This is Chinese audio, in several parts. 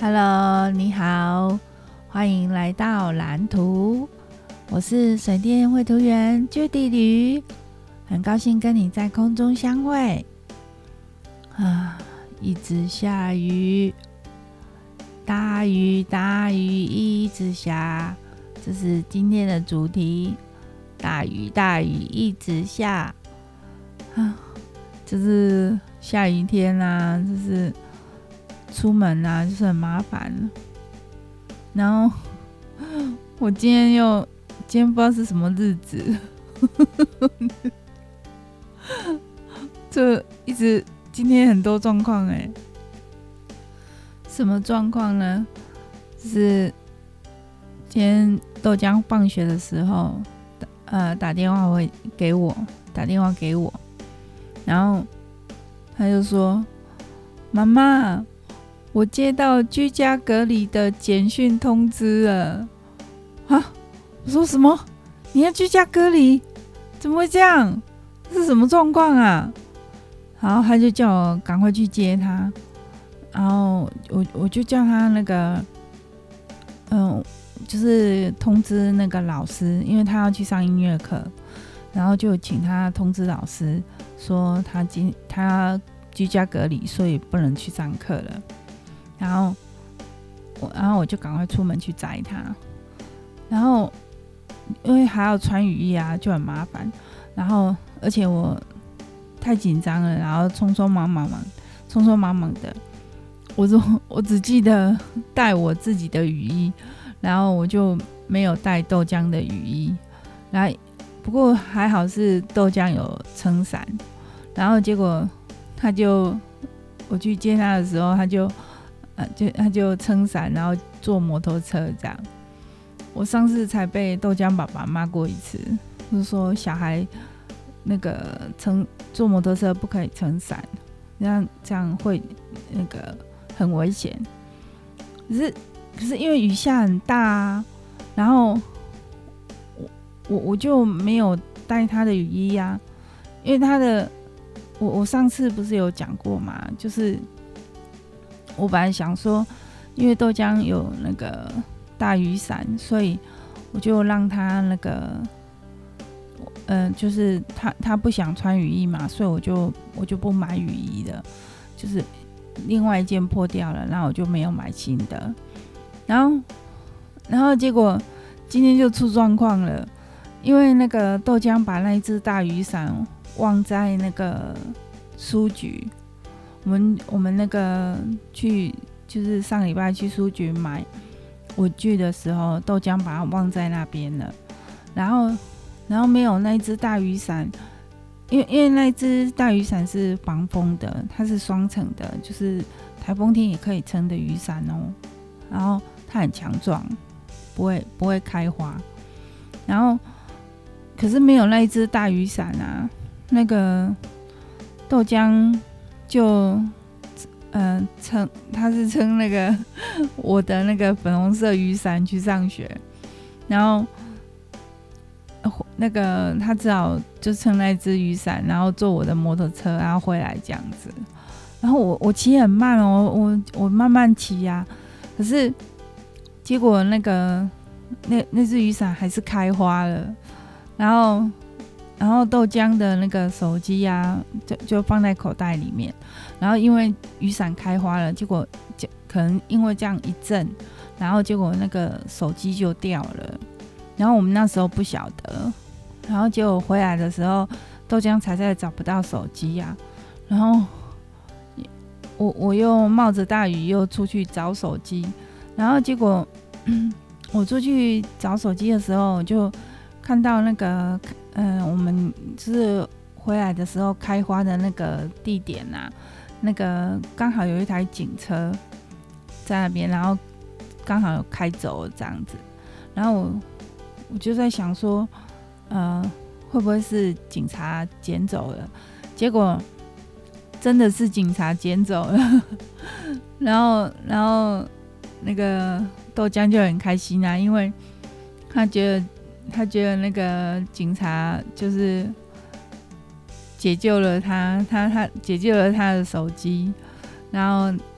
Hello， 你好，欢迎来到蓝图，我是水电绘图员 Judy 吕，很高兴跟你在空中相会。一直下雨，大雨大雨一直下，这是今天的主题。大雨大雨一直下，就是下雨天啊，就是出门啊，就是很麻烦。然后我今天不知道是什么日子，这一直今天很多状况什么状况呢？就是今天豆浆放学的时候，打电话给我，然后他就说：“妈妈，我接到居家隔离的简讯通知了。”我说什么？你要居家隔离？怎么会这样？是什么状况啊？然后他就叫我赶快去接他，然后我就叫他那个，就是通知那个老师，因为他要去上音乐课，然后就请他通知老师说他居家隔离，所以不能去上课了。然后我就赶快出门去载他，然后因为还要穿雨衣啊，就很麻烦。然后而且我太紧张了，然后匆匆忙忙的，我只记得带我自己的雨衣，然后我就没有带豆浆的雨衣。然后不过还好是豆浆有撑伞，然后结果我去接他的时候，他就撑伞，然后坐摩托车这样。我上次才被豆浆爸爸骂过一次，就是说小孩那个坐摩托车不可以撑伞，这样会那个很危险。可是因为雨下很大啊，然后我就没有带他的雨衣啊，因为我上次不是有讲过嘛，就是我本来想说，因为豆浆有那个大雨伞，所以我就让他那个，就是他不想穿雨衣嘛，所以我就不买雨衣了，就是另外一件破掉了，然后我就没有买新的，然后结果今天就出状况了，因为那个豆浆把那一只大雨伞忘在那个书局。我们那个就是上礼拜去书局买文具的时候，豆浆把它忘在那边了，然后没有那一只大雨伞，因为那一只大雨伞是防风的，它是双层的，就是台风天也可以撑的雨伞哦。然后它很强壮，不会开花。然后可是没有那一只大雨伞啊，那个豆浆就他是撑那个我的那个粉红色雨伞去上学，然后那个他只好就撑那只雨伞，然后坐我的摩托车，然后回来这样子。然后我骑很慢哦，我慢慢骑啊，可是结果那只雨伞还是开花了，然后豆浆的那个手机啊，就放在口袋里面。然后因为雨伞开花了，结果可能因为这样一震，然后结果那个手机就掉了。然后我们那时候不晓得，然后结果回来的时候，豆浆才在找不到手机啊。然后我又冒着大雨又出去找手机，然后结果我出去找手机的时候，我就看到那个我们就是回来的时候开花的那个地点啊，那个刚好有一台警车在那边，然后刚好有开走这样子。然后我就在想说，会不会是警察捡走了？结果真的是警察捡走了。然后那个豆浆就很开心啊，因为他觉得那个警察就是解救了他解救了他的手机，然后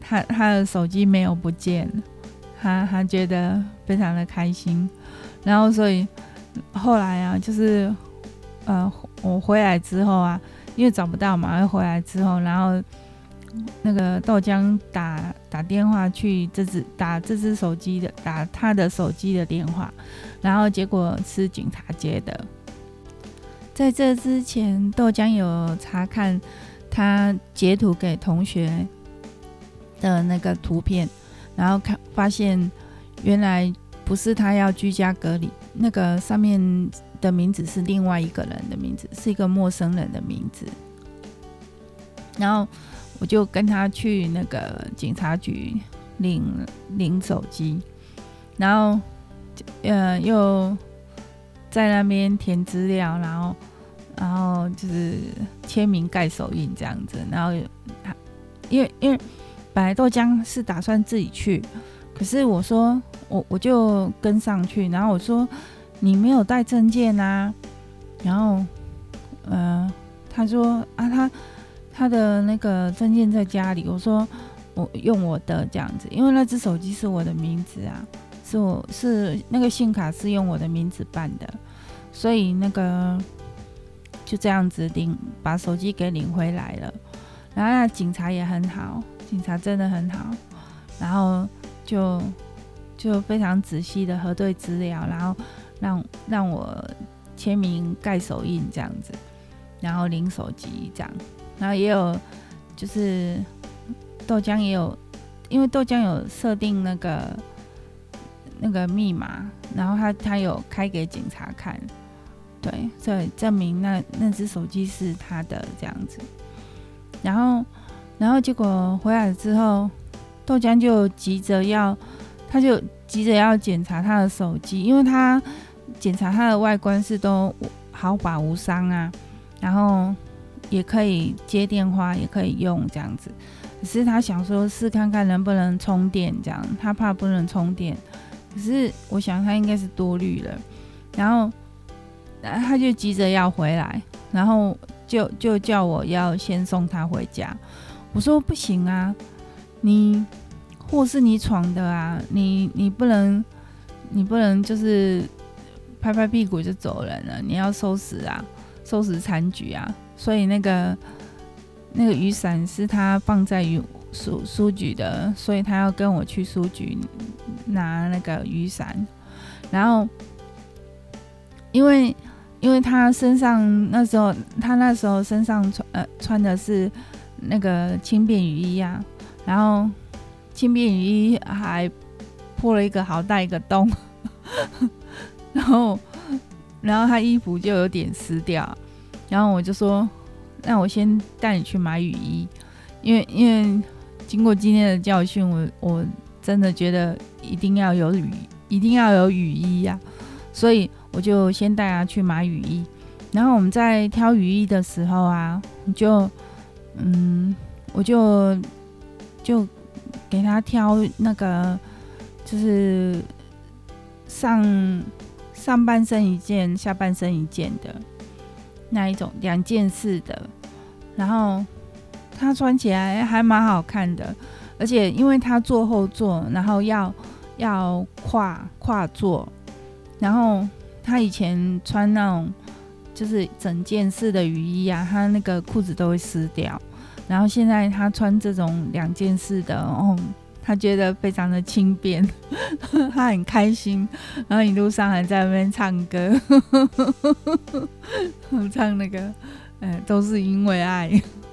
他的手机没有不见，他觉得非常的开心。然后所以后来啊，就是我回来之后啊，因为找不到嘛，回来之后，然后那个豆浆打电话去打这只手机的，打他的手机的电话，然后结果是警察接的。在这之前，豆浆有查看他截图给同学的那个图片，然后发现原来不是他要居家隔离，那个上面的名字是另外一个人的名字，是一个陌生人的名字。然后我就跟他去那个警察局领手机，然后又在那边填资料，然后就是签名盖手印这样子。然后因为本来豆浆是打算自己去，可是我说我就跟上去，然后我说你没有带证件啊，然后他说啊他的那个证件在家里，我说我用我的这样子，因为那只手机是我的名字啊，是那个信卡是用我的名字办的，所以那个就这样子把手机给领回来了。然后那警察也很好，警察真的很好，然后就非常仔细的核对资料，然后让我签名盖手印这样子，然后领手机这样。然后也有就是豆浆也有，因为豆浆有设定那个密码，然后他有开给警察看，对，所以证明那只手机是他的这样子。然后结果回来之后，豆浆就急着要检查他的手机，因为他检查他的外观是都毫发无伤啊，然后也可以接电话，也可以用这样子。可是他想说试看看能不能充电，这样他怕不能充电。可是我想他应该是多虑了，然后他就急着要回来，然后就叫我要先送他回家。我说不行啊，你货是你闯的啊，你不能就是拍拍屁股就走人了，你要收拾啊，收拾残局啊。所以那个雨伞是他放在书局的，所以他要跟我去书局拿那个雨伞。然后因为他身上那时候身上穿的是那个轻便雨衣啊，然后轻便雨衣还破了一个好大一个洞然后他衣服就有点湿掉，然后我就说那我先带你去买雨衣，因为经过今天的教训，我真的觉得一定要有雨衣啊，所以我就先带他去买雨衣。然后我们在挑雨衣的时候啊，我就给他挑那个就是上半身一件，下半身一件的那一种2件式的，然后他穿起来还蛮好看的，而且因为他坐后座，然后要跨坐，然后他以前穿那种就是整件式的雨衣啊，他那个裤子都会湿掉，然后现在他穿这种2件式的他觉得非常的轻便他很开心，然后一路上还在那边唱歌唱那个都是因为爱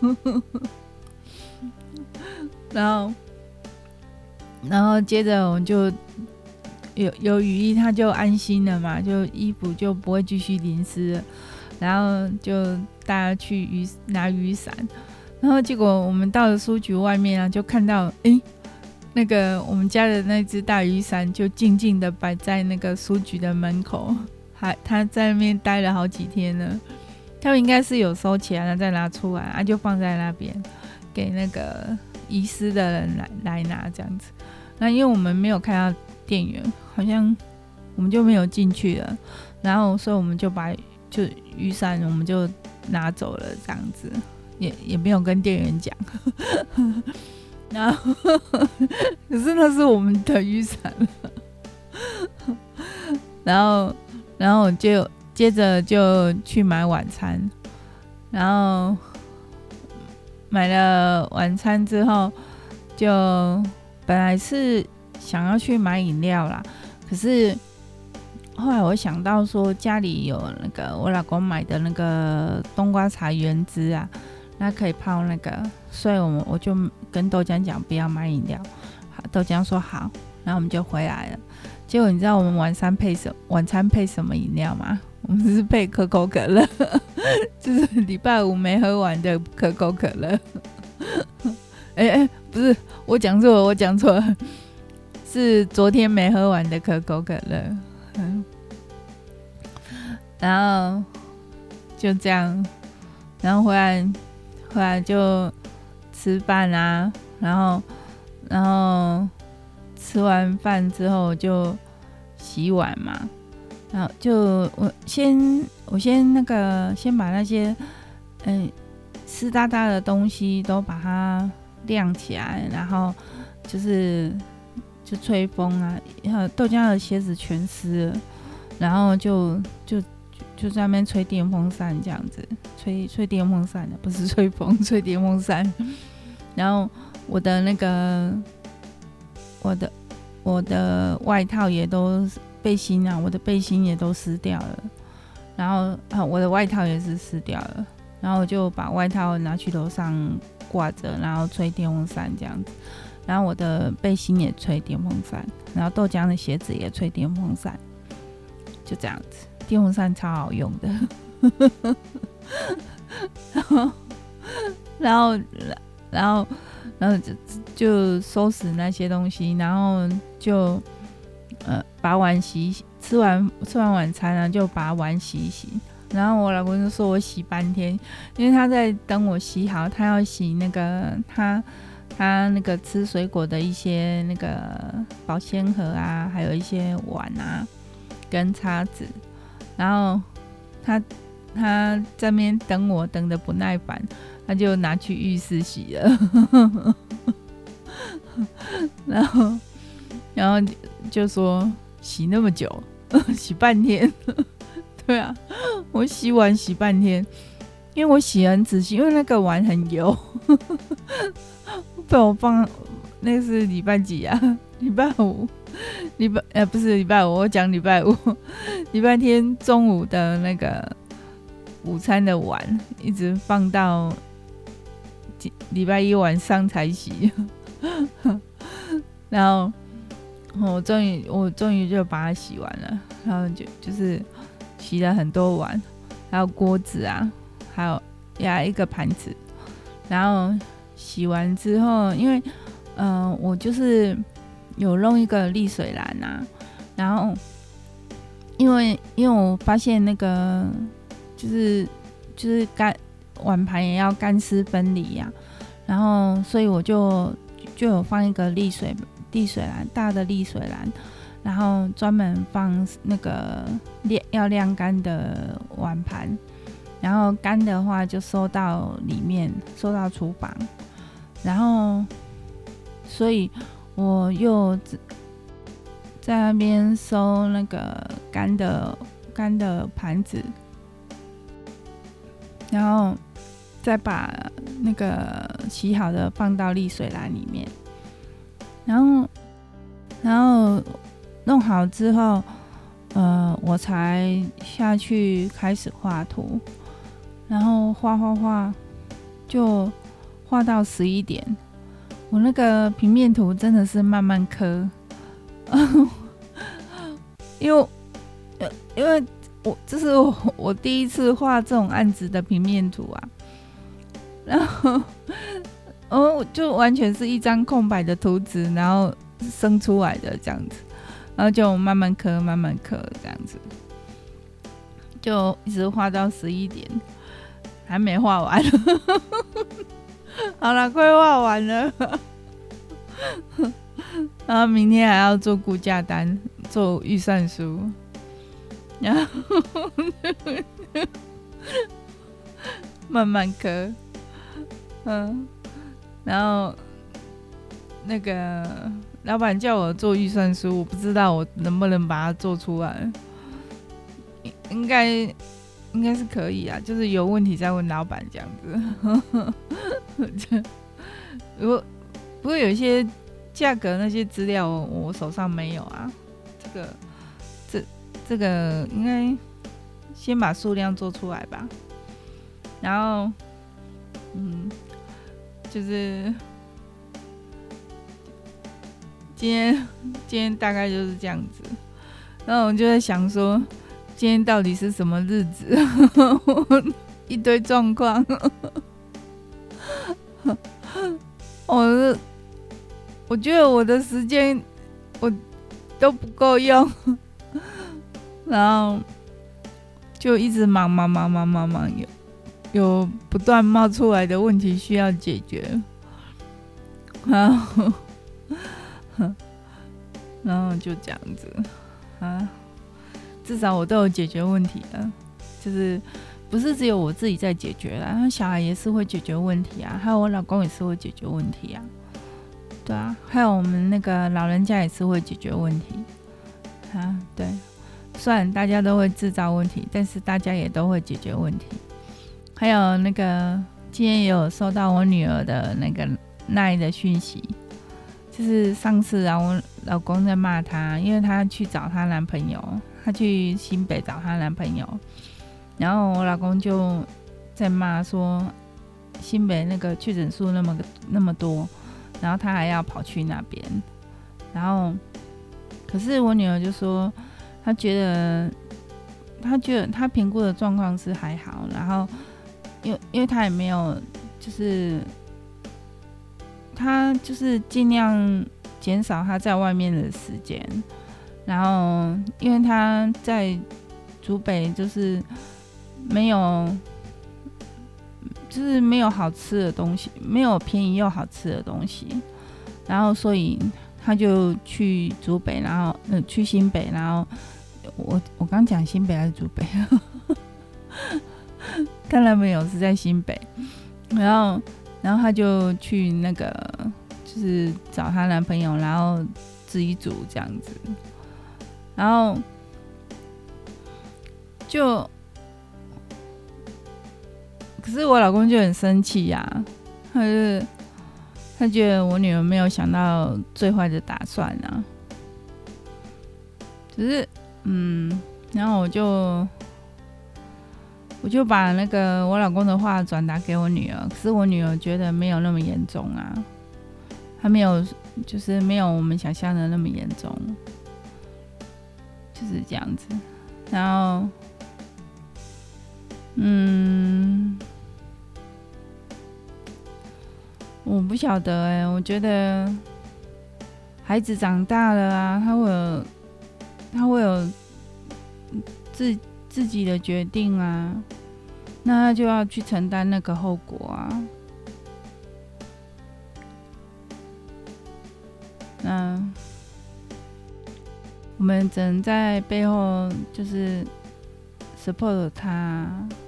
然后接着我们就有雨衣，他就安心了嘛，就衣服就不会继续淋湿了，然后就带他去拿雨伞。然后结果我们到了书局外面啊，就看到那个我们家的那只大雨伞就静静的摆在那个书局的门口，他在那边待了好几天了。他们应该是有收起来了再拿出来就放在那边给那个遗失的人来拿这样子。那因为我们没有看到店员，好像我们就没有进去了，然后所以我们就把雨伞我们就拿走了这样子，也没有跟店员讲然后可是那是我们的雨伞然后我就接着就去买晚餐，然后买了晚餐之后，就本来是想要去买饮料啦，可是后来我想到说家里有那个我老公买的那个冬瓜茶原汁啊，那可以泡那个，所以我就跟豆浆讲不要买饮料，豆浆说好，然后我们就回来了。结果你知道我们晚餐配什么饮料吗？我们是配可口可乐，就是礼拜五没喝完的可口可乐。不是，我讲错了，是昨天没喝完的可口可乐。然后就这样，然后回来就吃饭啊，然后吃完饭之后就洗碗嘛。然后就我先把那些湿哒哒的东西都把它晾起来，然后就吹风啊，豆浆的鞋子全湿了，然后就在那边吹电风扇这样子，吹电风扇的，不是吹风，吹电风扇。然后我的外套也都背心啊，我的背心也都湿掉了，然后我的外套也是湿掉了，然后我就把外套拿去楼上挂着，然后吹电风扇这样子，然后我的背心也吹电风扇，然后豆浆的鞋子也吹电风扇，就这样子，电风扇超好用的。然后就收拾那些东西，然后就把碗吃完晚餐呢，就把碗洗一洗。然后我老公就说我洗半天，因为他在等我洗好，他要洗那个他那个吃水果的一些那个保鲜盒啊，还有一些碗啊跟叉子。然后他在那边等我，等得不耐烦，他就拿去浴室洗了。然后就说洗那么久，洗半天。对啊，我洗碗洗半天，因为我洗很仔细，因为那个碗很油。被我放，那是礼拜几啊？礼拜五，不是礼拜五，我讲礼拜五，礼拜天中午的那个午餐的碗，一直放到礼拜一晚上才洗。然后我终于就把它洗完了，然后就是洗了很多碗，还有锅子啊，还有一个盘子。然后洗完之后，因为我就是有弄一个沥水篮啊，然后因为我发现那个就是碗盘也要干湿分离啊，然后所以我就有放一个沥水篮，大的沥水篮，然后专门放那个要晾干的碗盘，然后干的话就收到里面，收到厨房，然后所以我又在那边收那个干的盘子，然后再把那个洗好的放到沥水篮里面，然后弄好之后，我才下去开始画图，然后画就画到11点。我那个平面图真的是慢慢刻，因为这是我第一次画这种案子的平面图啊，然后就完全是一张空白的图纸，然后生出来的这样子，然后就慢慢刻这样子，就一直画到11点，还没画完。好了，快画完了。然后明天还要做估价单，做预算书，然后慢慢刻，然后那个老板叫我做预算书，我不知道我能不能把它做出来。应该是可以啊，就是有问题再问老板这样子。不过有一些价格那些资料我手上没有啊，这个应该先把数量做出来吧。然后就是今天大概就是这样子。然后我就在想说，今天到底是什么日子？一堆状况。我觉得我的时间我都不够用，然后就一直忙，有不断冒出来的问题需要解决，然后就这样子啊，至少我都有解决问题了，就是不是只有我自己在解决啦，小孩也是会解决问题啊，还有我老公也是会解决问题啊，对啊，还有我们那个老人家也是会解决问题啊，对，虽然大家都会制造问题，但是大家也都会解决问题。还有那个今天也有收到我女儿的那个LINE的讯息，就是上次啊，我老公在骂她，因为她去找她男朋友，她去新北找她男朋友，然后我老公就在骂说，新北那个确诊数那么多，然后她还要跑去那边，然后可是我女儿就说，她觉得她评估的状况是还好，然后因为她也没有就是她就是尽量减少她在外面的时间，然后因为她在竹北就是没有好吃的东西，没有便宜又好吃的东西，然后所以她就去竹北，然后去新北，然后我刚讲新北还是竹北？她男朋友是在新北，然后她就去那个就是找她男朋友，然后自己煮这样子，然后可是我老公就很生气呀，他觉得我女儿没有想到最坏的打算啊，只是然后我就把那个我老公的话转达给我女儿，可是我女儿觉得没有那么严重啊，她没有我们想象的那么严重，就是这样子。然后我不晓得我觉得孩子长大了啊，他会有自己的决定啊，那他就要去承担那个后果啊。那我们只能在背后就是 support 他，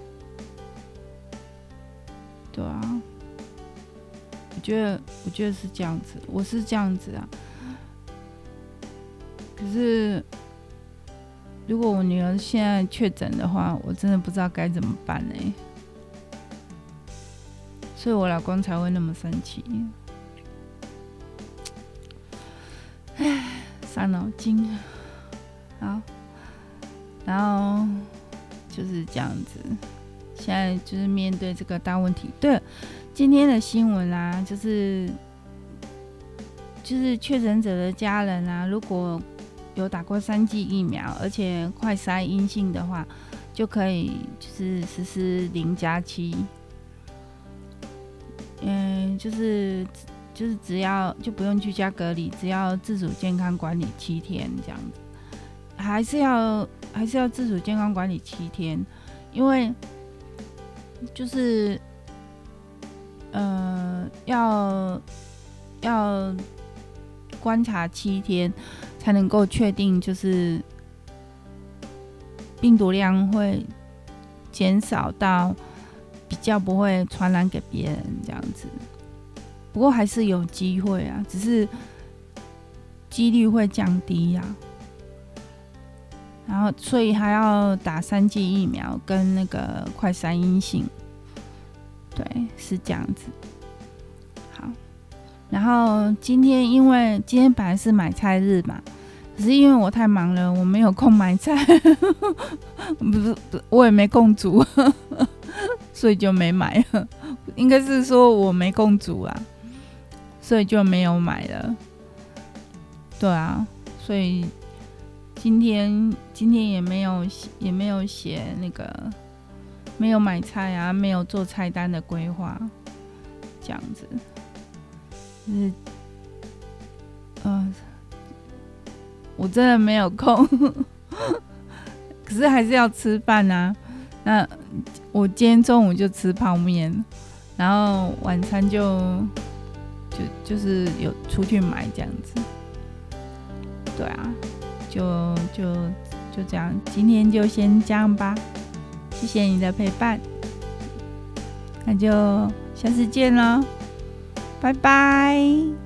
对啊。我觉得是这样子，我是这样子啊。可是如果我女儿现在确诊的话，我真的不知道该怎么办呢。所以我老公才会那么生气。唉，伤脑筋。好，然后就是这样子。现在就是面对这个大问题。对了，今天的新闻啊，就是确诊者的家人啊，如果有打过3剂疫苗，而且快筛阴性的话，就可以就是实施0+7，就是只要就不用居家隔离，只要自主健康管理7天这样子，还是要自主健康管理7天，因为就是要观察7天。才能够确定，就是病毒量会减少到比较不会传染给别人这样子。 不过还是有机会啊，只是几率会降低啊。然后所以还要打3剂疫苗跟那个快筛阴性，对，是这样子。好，然后因为今天本来是买菜日嘛，可是因为我太忙了，我没有空买菜，不是我也没空煮，所以就没买了。应该是说我没空煮啊，所以就没有买了。对啊，所以今天也没有写那个，没有买菜啊，没有做菜单的规划，这样子，就是我真的没有空，可是还是要吃饭啊。那我今天中午就吃泡面，然后晚餐就是有出去买这样子。对啊，就这样，今天就先这样吧。谢谢你的陪伴，那就下次见咯，拜拜。